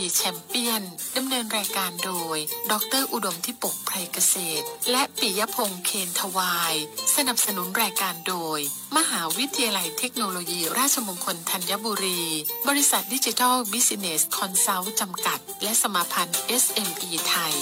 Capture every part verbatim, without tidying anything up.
แชมเปี้ยนดำเนินรายการโดยดรอุดมทิปกไพรเกษตรและปิยพงษ์เคนทวายสนับสนุนรายการโดยมหาวิทยาลัยเทคโนโลยีราชมงคลธัญบุรีบริษัทดิจิทัลบิสเนสคอนซัลท์จำกัดและสมาพันธ์ เอส เอ็ม อี ไทย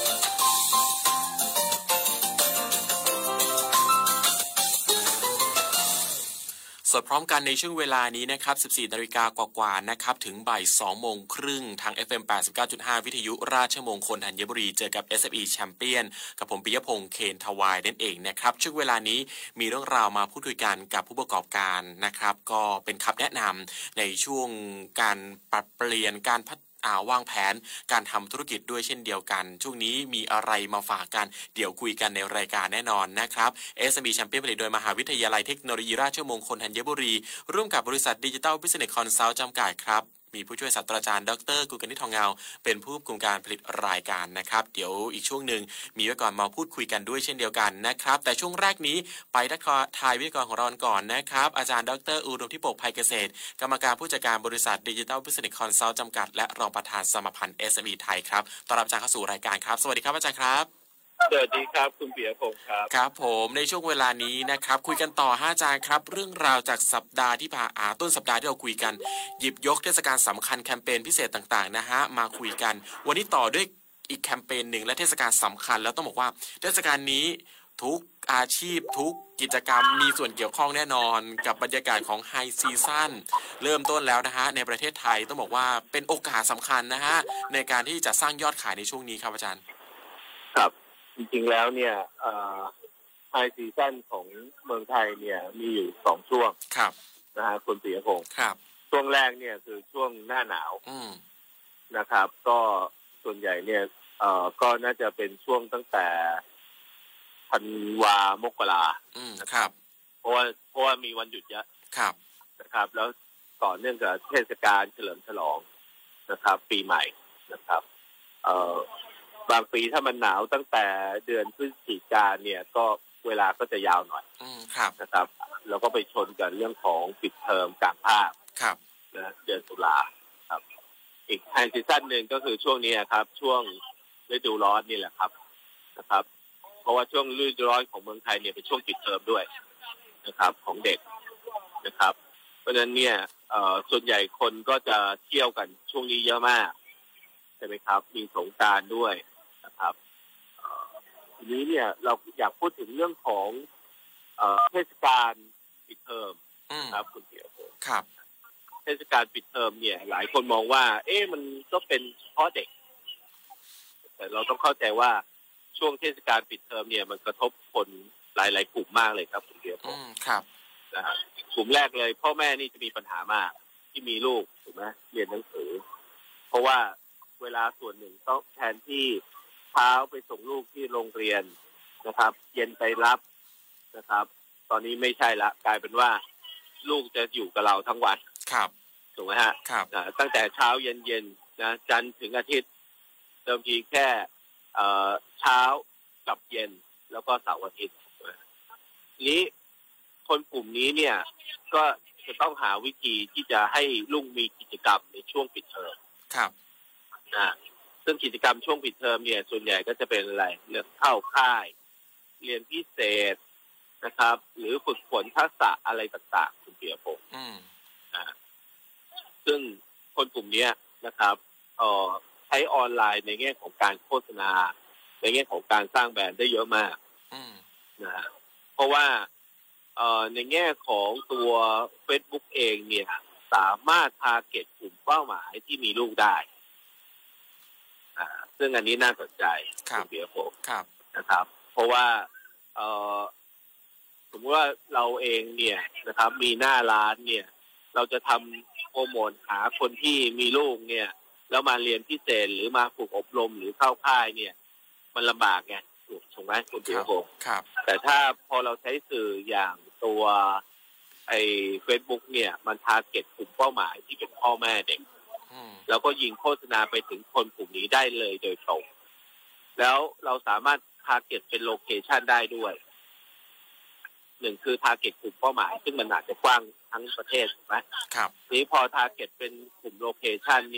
สดพร้อมกันในช่วงเวลานี้นะครับ สิบสี่นาฬิกากว่าๆนะครับถึงบ่ายสองโมงครึ่งทาง เอฟ เอ็ม แปดสิบเก้าจุดห้า วิทยุราชมงคลธัญบุรีเจอกับ เอส เอ็ม อี Champion กับผมปิยพงษ์เคนทวายนั่นเองนะครับช่วงเวลานี้มีเรื่องราวมาพูดคุยกันกับผู้ประกอบการนะครับก็เป็นคำแนะนำในช่วงการปรับเปลี่ยนการพัฒวางแผนการทำธุรกิจด้วยเช่นเดียวกันช่วงนี้มีอะไรมาฝากกันเดี๋ยวคุยกันในรายการแน่นอนนะครับ เอส เอ็ม อี Champion ผลิตโดยมหาวิทยาลัยเทคโนโลยีราชมงคลธัญบุรีร่วมกับบริษัทดิจิทัลบิสเนสคอนซัลท์จำกัดครับมีผู้ช่วยศาสตราจารย์ดรกุลกนิษฐ์ทองเงาเป็นผู้กำกับการผลิตรายการนะครับเดี๋ยวอีกช่วงหนึ่งมีวิทยากรมาพูดคุยกันด้วยเช่นเดียวกันนะครับแต่ช่วงแรกนี้ไปทักทายวิทยากรของเราก่อนนะครับอาจารย์ดรอุดมทิปกไพรเกษตรกรรมการผู้จัดการบริษัทดิจิทัลบิสเนสคอนซัลท์จำกัดและรองประธานสมาพันธ์ เอส เอ็ม อี ไทยครับต้อนรับอาจารย์เข้าสู่รายการครับสวัสดีครับอาจารย์ครับสวัสดีครับคุณเปียพงศ์ครับครับผมในช่วงเวลานี้นะครับคุยกันต่ออาจารย์ครับเรื่องราวจากสัปดาห์ที่ผ่านมาต้นสัปดาห์ที่เราคุยกันหยิบยกเทศกาลสำคัญแคมเปญพิเศษต่างๆนะฮะมาคุยกันวันนี้ต่อด้วยอีกแคมเปญหนึ่งและเทศกาลสำคัญแล้วต้องบอกว่าเทศกาลนี้ทุกอาชีพทุกกิจกรรมมีส่วนเกี่ยวข้องแน่นอนกับบรรยากาศของไฮซีซั่นเริ่มต้นแล้วนะฮะในประเทศไทยต้องบอกว่าเป็นโอกาสสำคัญนะฮะในการที่จะสร้างยอดขายในช่วงนี้ครับอาจารย์ครับจริงๆแล้วเนี่ยไฮซีซั่นของเมืองไทยเนี่ยมีอยู่สองช่วงครับนะฮะคุณปิยพงศ์ครับช่วงแรกเนี่ยคือช่วงหน้าหนาวนะครับก็ส่วนใหญ่เนี่ยเอ่อก็น่าจะเป็นช่วงตั้งแต่ธันวามกราครับเพราะว่าเพราะว่ามีวันหยุดเยอะครับนะครับแล้วต่อเนื่องกับเทศกาลเฉลิมฉลองนะครับปีใหม่นะครับเอ่อบางปีถ้ามันหนาวตั้งแต่เดือนพฤศจิกายนเนี่ยก็เวลาก็จะยาวหน่อยนะครับแล้วก็ไปชนกันเรื่องของปิดเทอมกลางภาคนะเดือนตุลาครับอีกไฮซีซั่นหนึ่งก็คือช่วงนี้ครับช่วงฤดูร้อนนี่แหละครับนะครับเพราะว่าช่วงฤดูร้อนของเมืองไทยเนี่ยเป็นช่วงปิดเทอมด้วยนะครับของเด็กนะครับเพราะฉะนั้นเนี่ยส่วนใหญ่คนก็จะเที่ยวกันช่วงนี้เยอะมากใช่ไหมครับมีสงกรานต์ด้วยนะครับทีนี้เนี่ยเราอยากพูดถึงเรื่องของเทศกาลปิดเทอมครับคุณเดียวครับเทศกาลปิดเทอมเนี่ยหลายคนมองว่าเอ๊ะมันก็เป็นเฉพาะเด็กแต่เราต้องเข้าใจว่าช่วงเทศกาลปิดเทอมเนี่ยมันกระทบคนหลายๆกลุ่มมากเลยครับคุณเดียวครับนะฮะกลุ่มแรกเลยพ่อแม่นี่จะมีปัญหามากที่มีลูกถูกไหมเรียนหนังสือเพราะว่าเวลาส่วนหนึ่งต้องแทนที่เช้าไปส่งลูกที่โรงเรียนนะครับเย็นไปรับนะครับตอนนี้ไม่ใช่ละกลายเป็นว่าลูกจะอยู่กับเราทั้งวันครับถูกไหมฮะครับตั้งแต่เช้าเย็นเย็นนะจันทร์ถึงอาทิตย์เดิมทีแค่เอ่อเช้ากับเย็นแล้วก็เสาร์อาทิตย์นี้คนกลุ่มนี้เนี่ยก็จะต้องหาวิธีที่จะให้ลูกมีกิจกรรมในช่วงปิดเทอมครับนะซึ่งกิจกรรมช่วงปิดเทอมเนี่ยส่วนใหญ่ก็จะเป็นอะไรเรื่องเข้าค่ายเรียนพิเศษนะครับหรือฝึกฝนทักษะอะไรต่างๆคุณเปียพงศ์อ่าซึ่งคนกลุ่มนี้นะครับเอ่อใช้ออนไลน์ในแง่ของการโฆษณาในแง่ของการสร้างแบรนด์ได้เยอะมากนะเพราะว่าเอ่อในแง่ของตัว Facebook เองเนี่ยสามารถทาร์เก็ตกลุ่มเป้าหมายที่มีลูกได้อ่าซึ่งอันนี้น่าสนใจคุณเปียพงศ์นะครับเพราะว่าเอ่อสมมติว่าเราเองเนี่ยนะครับมีหน้าร้านเนี่ยเราจะทำโปรโมทหาคนที่มีลูกเนี่ยแล้วมาเรียนพิเศษหรือมาฝึกอบรมหรือเข้าค่ายเนี่ยมันลำบากไงถูกไหมคุณเปียพงศ์แต่ถ้าพอเราใช้สื่ออย่างตัวไอ้เฟซบุ๊กเนี่ยมันทาร์เก็ตกลุ่มเป้าหมายที่เป็นพ่อแม่เด็กแล้วก็ยิงโฆษณาไปถึงคนกลุ่มนี้ได้เลยโดยตรงแล้วเราสามารถทาร์เก็ตเป็นโลเคชันได้ด้วยหนึ่งคือทาร์เก็ตกลุ่มเป้าหมายซึ่งมันอาจจะกว้างทั้งประเทศถูกไหมครับนี้พอทาร์เก็ตเป็นกลุ่มโลเคชันเนี่ย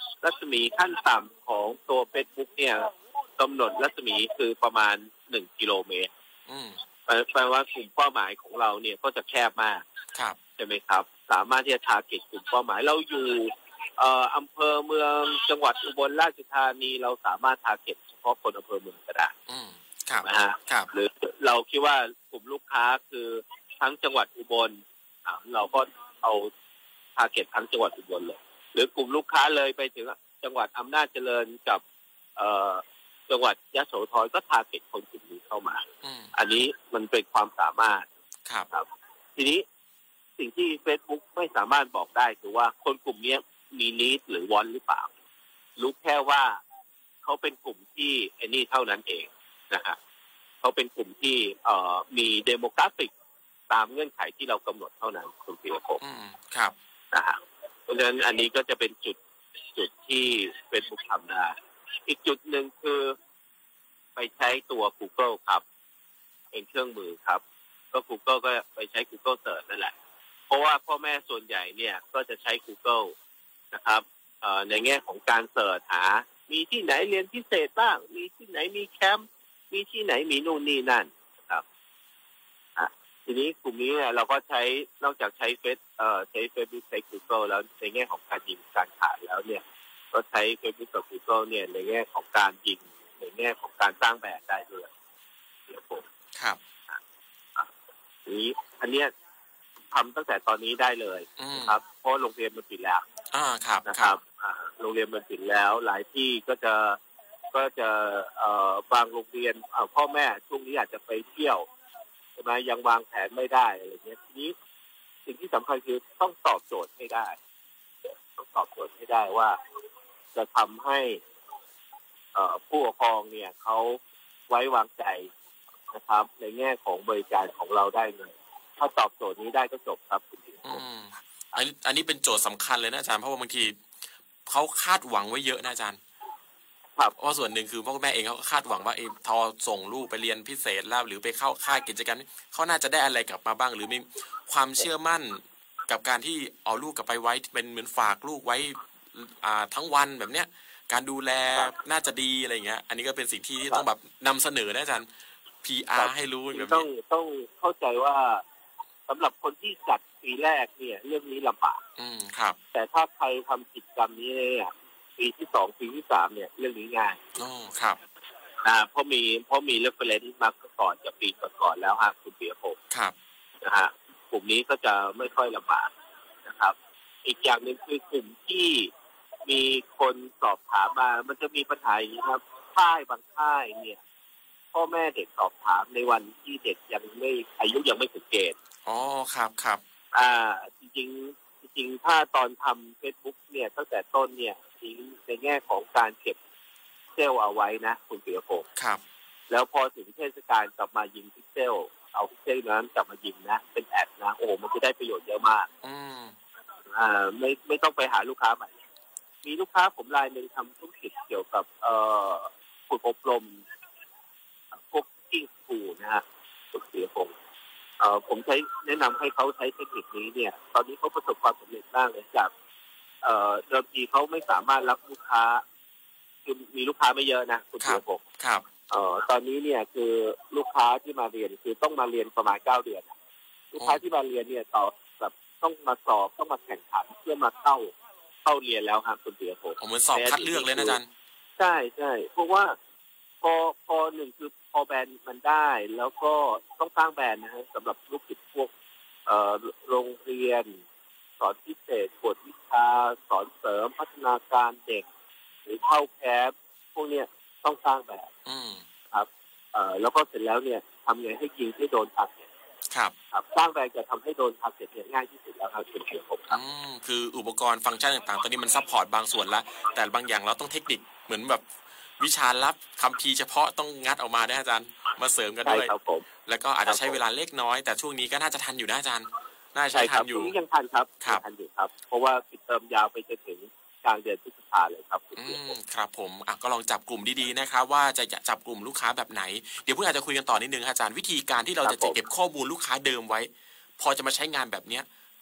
รัศมีขั้นต่ำของตัว Facebook เนี่ยกำหนดรัศมีคือประมาณหนึ่งกิโลเมตรแปลว่ากลุ่มเป้าหมายของเราเนี่ยก็จะแคบมากใช่ไหมครับสามารถที่จะทาร์เก็ตกลุ่มเป้าหมายเราอยู่เอ่ออำเภอเมืองจังหวัดอุบลราชธานีเราสามารถทาร์เก็ตเฉพาะคนอำเภอเมืองก็ได้นะฮะหรือเราคิดว่ากลุ่มลูกค้าคือทั้งจังหวัดอุบลเราก็เอาทาร์เก็ตทั้งจังหวัดอุบลเลยหรือกลุ่มลูกค้าเลยไปถึงจังหวัดอำนาจเจริญกับเอ่อจังหวัดยโสธรก็ทาร์เก็ตคนกลุ่มนี้เข้ามาอันนี้มันเป็นความสามารถครับทีนี้สิ่งที่ Facebook ไม่สามารถบอกได้คือว่าคนกลุ่มนี้มีนิดหรือวอนหรือเปล่ารู้แค่ว่าเขาเป็นกลุ่มที่ไอ้นี่เท่านั้นเองนะฮะเขาเป็นกลุ่มที่เอ่อมีเดโมกราฟิกตามเงื่อนไขที่เรากำหนดเท่านั้นคุณพีรพงศ์ครับนะฮะเพราะฉะนั้นอันนี้ก็จะเป็นจุดจุดที่ Facebook ทำได้อีกจุดหนึ่งคือไปใช้ตัว Google ครับเป็นเครื่องมือครับก็ Google ก็ไปใช้ Google Search นั่นแหละเพราะว่าพ่อแม่ส่วนใหญ่เนี่ยก็จะใช้ Google นะครับในแง่ของการเสิร์ชหามีที่ไหนเรียนพิเศษบ้างมีที่ไหนมีแคมป์มีที่ไหนมีนู่นนี่นั่นครับทีนี้กลุ่มนี้เนี่ยเราก็ใช้นอกจากใช้เฟซเอ่อใช้ Facebook ใช้ Google แล้วในแง่ของการยิงการขายแล้วเนี่ยก็ใช้ Facebook กับ Google เนี่ยในแง่ของการยิงในแง่ของการสร้างแบรนด์ได้ด้วยเดี๋ยวผมครับทีนี้อันเนี้ยทำตั้งแต่ตอนนี้ได้เลยนะครับเพราะโรงเรียนมันปิดแล้วอ่าครับนะครับอ่าโรงเรียนมันปิดแล้วหลายที่ก็จะก็จะเอ่อบางโรงเรียนเอ่อพ่อแม่ช่วงนี้อาจจะไปเที่ยวใช่ไหมยังวางแผนไม่ได้อะไรเงี้ยทีนี้สิ่งที่สำคัญคือต้องตอบโจทย์ให้ได้ต้องตอบโจทย์ให้ได้ว่าจะทำให้เอ่อผู้ปกครองเนี่ยเขาไว้วางใจนะครับในแง่ของบริการของเราได้เลยถ้าตอบโจทย์นี้ได้ก็จบครับคุณผู้ชมอันนี้อันนี้เป็นโจทย์สำคัญเลยนะอาจารย์เพราะว่าบางทีเขาคาดหวังไว้เยอะนะอาจารย์ครับเพราะส่วนหนึ่งคือพ่อแม่เองเขาก็คาดหวังว่าเออทอส่งลูกไปเรียนพิเศษแล้วหรือไปเข้าค่ายกิจกรรมเขาน่าจะได้อะไรกลับมาบ้างหรือมีความเชื่อมั่นกับการที่เอาลูกกลับไปไว้เป็นเหมือนฝากลูกไว้อ่าทั้งวันแบบเนี้ยการดูแลน่าจะดีอะไรเงี้ยอันนี้ก็เป็นสิ่งที่ต้องแบบนำเสนอนะอาจารย์ พี อาร์ ให้รู้แบบนี้ต้องต้องเข้าใจว่าสำหรับคนที่จัดปีแรกเนี่ยเรื่องนี้ลำบากอืมครับแต่ถ้าใครทำกิจกรรมนี้เนี่ยปีที่สองปีที่สามเนี่ยเรื่องนี้ง่ายอ๋อครับอ่าเพราะมีเพราะมีเรฟเฟอเรนซ์มาก่อนจากปีก่อนๆแล้วฮะคุณเปียพงศ์ครับนะฮะกลุ่มนี้ก็จะไม่ค่อยลำบากนะครับอีกอย่างหนึ่งคือกลุ่มที่มีคนสอบถามมามันจะมีปัญหาอย่างนี้ครับค่ายบางค่ายเนี่ยพ่อแม่เด็กสอบถามในวันที่เด็กยังไม่อายุยังไม่ถึงเกณฑ์อ๋อครับครับอ่าจริงๆจริงๆถ้าตอนทำ Facebook เนี่ยตั้งแต่ต้นเนี่ยในแง่ของการเก็บพิกเซลเอาไว้นะคุณเปียพงศ์ครับแล้วพอถึงเทศกาลกลับมายิงพิกเซลเอาพิกเซลนั้นกลับมายิงนะเป็นแอดนะโอ้มันจะได้ประโยชน์เยอะมากอืมอ่าไม่ไม่ต้องไปหาลูกค้าใหม่มีลูกค้าผมรายหนึ่งทำธุรกิจเกี่ยวกับเอ่อฝึกอบรมพวกกิ้งสกูลนะฮะคุณเปียพงศ์เอ่อผมใช้แนะนำให้เขาใช้เทคนิคนี้เนี่ยตอนนี้เขาประสบความสำเร็จมากเลยจากเอ่อเดิมทีเขาไม่สามารถรับลูกค้าคือมีลูกค้าไม่เยอะนะคุณเปียพงศ์ครับเอ่อตอนนี้เนี่ยคือลูกค้าที่มาเรียนคือต้องมาเรียนประมาณเก้าเดือนลูกค้าที่มาเรียนเนี่ยต่อแบบต้องมาสอบต้องมาแข่งขันเพื่อมาเข้าเข้าเรียนแล้วครับคุณเปียพงศ์เหมือนสอบคัดเลือกเลยนะอาจารย์ใช่ใช่เพราะว่าพอพอหนึ่งคือพอแบรนด์มันได้แล้วก็ต้องสร้างแบรนด์นะฮะสำหรับลูกศิษย์พวกเอ่อโรงเรียนสอนพิเศษกวดวิชาสอนเสริมพัฒนาการเด็กหรือเข้าแคมป์พวกเนี้ยต้องสร้างแบบครับเอ่อแล้วก็เสร็จแล้วเนี่ยทำไงให้ยิงให้โดนทาร์เก็ตครับครับสร้างแบบจะทำให้โดนทาร์เก็ตเนี่ยง่ายที่สุดแล้วครับเป็นเพียงผมครับคืออุปกรณ์ฟังก์ชันต่างๆตอนนี้มันซัพพอร์ตบางส่วนแล้วแต่บางอย่างเราต้องเทคนิคเหมือนแบบวิชาลับคัมภีร์เฉพาะต้องงัดออกมาได้อาจารย์มาเสริมกันด้วยแล้วก็อาจจะใช้เวลาเล็กน้อยแต่ช่วงนี้ก็น่าจะทันอยู่นะอาจารย์น่าจะทันอยู่ยังทันครับทันอยู่ครับเพราะว่าปิดเทอมยาวไปจนถึงกลางเดือนพฤษภาเลยครับอืมครับผมอ่ะก็ลองจับกลุ่มดีๆนะครับว่าจะจับกลุ่มลูกค้าแบบไหนเดี๋ยวพวกเราจะคุยกันต่อนิดนึงอาจารย์วิธีการที่เราจะเก็บข้อมูลลูกค้าเดิมไว้พอจะมาใช้งานแบบเนี้ย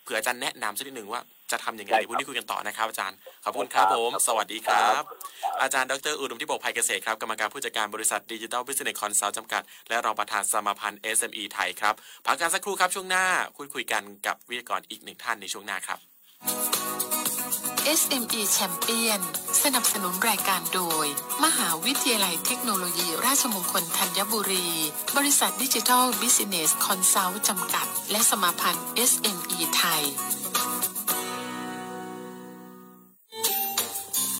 เผื่ออาจารย์แนะนำสักนิดหนึ่งว่าจะทำยังไงพรุ่งนี้คุยกันต่อนะครับอาจารย์ขอบคุณครับผมสวัสดีครับอาจารย์ดรอุดมทิพย์ปกภัยเกษตรครับกรรมการผู้จัดการบริษัทดิจิทัลบิสเนสคอนซัลท์จำกัดและรองประธานสมาพันธ์ เอส เอ็ม อี ไทยครับพักกันสักครู่ครับช่วงหน้าคุยคุยกันกับวิทยากรอีกหนึ่งท่านในช่วงหน้าครับเอส เอ็ม อี Champion สนับสนุนรายการโดยมหาวิทยาลัยเทคโนโลยีราชมงคลธัญบุรีบริษัทดิจิทัลบิสเนสคอนซัลท์จำกัดและสมาพันธ์ เอส เอ็ม อี ไทย